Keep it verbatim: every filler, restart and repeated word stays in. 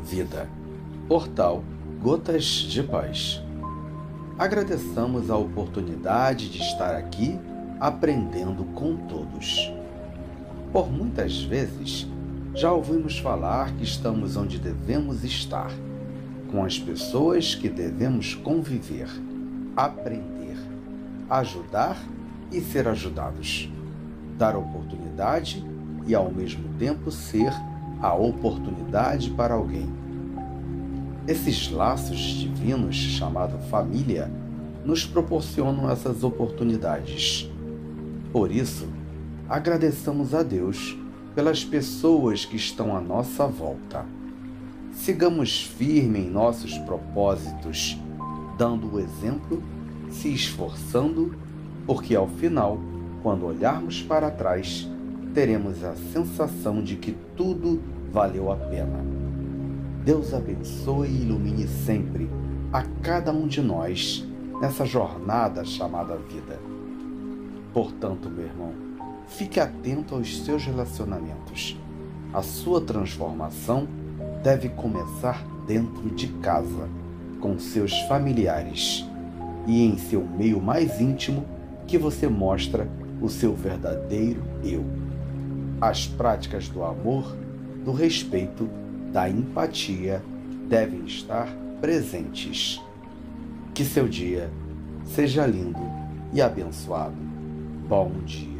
vida. Portal Gotas de Paz. Agradeçamos a oportunidade de estar aqui aprendendo com todos. Por muitas vezes, já ouvimos falar que estamos onde devemos estar, com as pessoas que devemos conviver, aprender, ajudar e ser ajudados, dar oportunidade e ao mesmo tempo ser a oportunidade para alguém. Esses laços divinos, chamado família, nos proporcionam essas oportunidades. Por isso, agradeçamos a Deus pelas pessoas que estão à nossa volta. Sigamos firmes em nossos propósitos, dando o exemplo, se esforçando, porque ao final, quando olharmos para trás, teremos a sensação de que tudo valeu a pena. Deus abençoe e ilumine sempre a cada um de nós nessa jornada chamada vida. Portanto, meu irmão, fique atento aos seus relacionamentos. A sua transformação deve começar dentro de casa, com seus familiares e em seu meio mais íntimo, que você mostra o seu verdadeiro eu. As práticas do amor, do respeito, da empatia devem estar presentes. Que seu dia seja lindo e abençoado. Bom dia.